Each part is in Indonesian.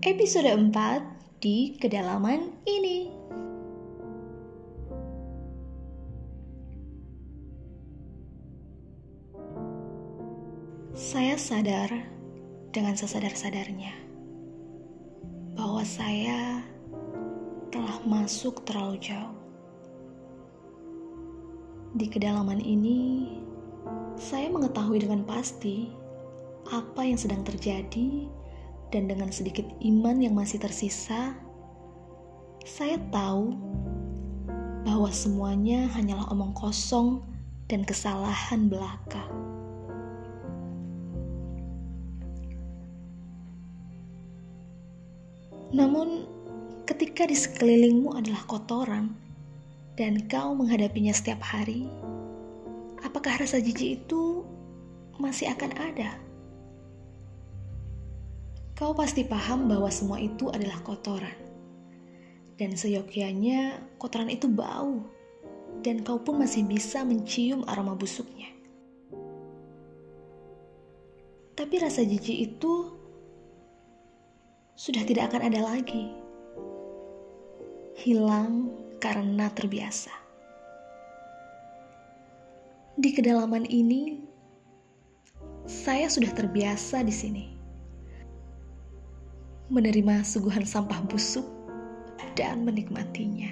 Episode 4 di kedalaman ini. Saya sadar dengan sesadar-sadarnya bahwa saya telah masuk terlalu jauh. Di kedalaman ini, saya mengetahui dengan pasti apa yang sedang terjadi, dan dengan sedikit iman yang masih tersisa, saya tahu bahwa semuanya hanyalah omong kosong dan kesalahan belaka. Namun, ketika di sekelilingmu adalah kotoran dan kau menghadapinya setiap hari, apakah rasa jijik itu masih akan ada? Kau pasti paham bahwa semua itu adalah kotoran. Dan seyogyanya kotoran itu bau. Dan kau pun masih bisa mencium aroma busuknya. Tapi rasa jijik itu sudah tidak akan ada lagi. Hilang karena terbiasa. Di kedalaman ini, saya sudah terbiasa di sini. Menerima suguhan sampah busuk dan menikmatinya.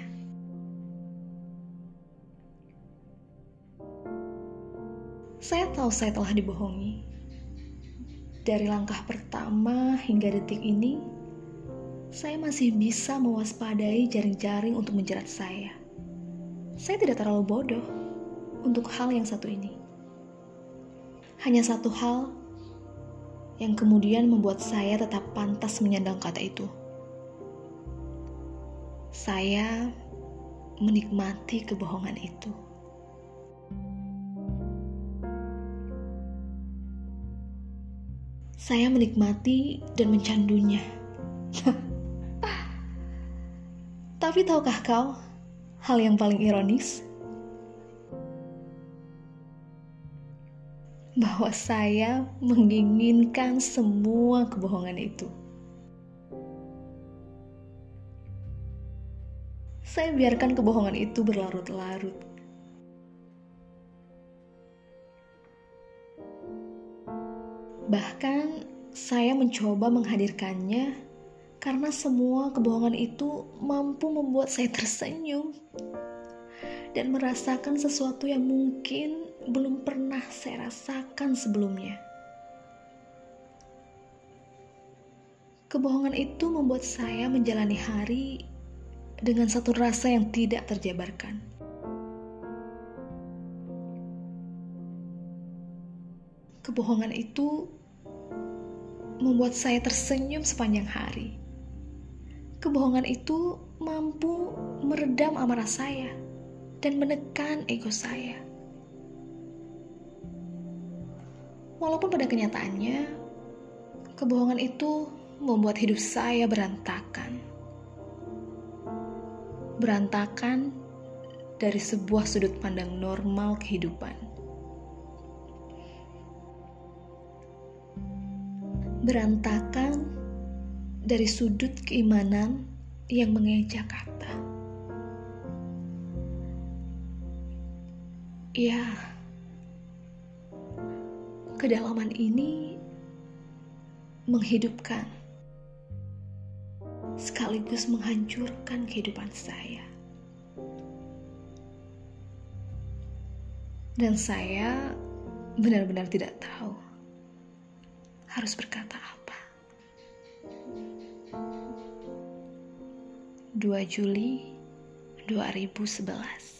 Saya tahu saya telah dibohongi. Dari langkah pertama hingga detik ini, saya masih bisa mewaspadai jaring-jaring untuk menjerat saya. Saya tidak terlalu bodoh untuk hal yang satu ini. Hanya satu hal yang kemudian membuat saya tetap pantas menyandang kata itu. Saya menikmati kebohongan itu. Saya menikmati dan mencandunya. Tapi tahukah kau hal yang paling ironis? Bahwa saya menginginkan semua kebohongan itu. Saya biarkan kebohongan itu berlarut-larut. Bahkan saya mencoba menghadirkannya karena semua kebohongan itu mampu membuat saya tersenyum dan merasakan sesuatu yang mungkin belum pernah saya rasakan sebelumnya. Kebohongan itu membuat saya menjalani hari dengan satu rasa yang tidak terjabarkan. Kebohongan itu membuat saya tersenyum sepanjang hari. Kebohongan itu mampu meredam amarah saya dan menekan ego saya. Walaupun pada kenyataannya, kebohongan itu membuat hidup saya berantakan. Berantakan dari sebuah sudut pandang normal kehidupan. Berantakan dari sudut keimanan yang mengeja kata. Ya, kedalaman ini menghidupkan sekaligus menghancurkan kehidupan saya. Dan saya benar-benar tidak tahu harus berkata apa. 2 Juli 2011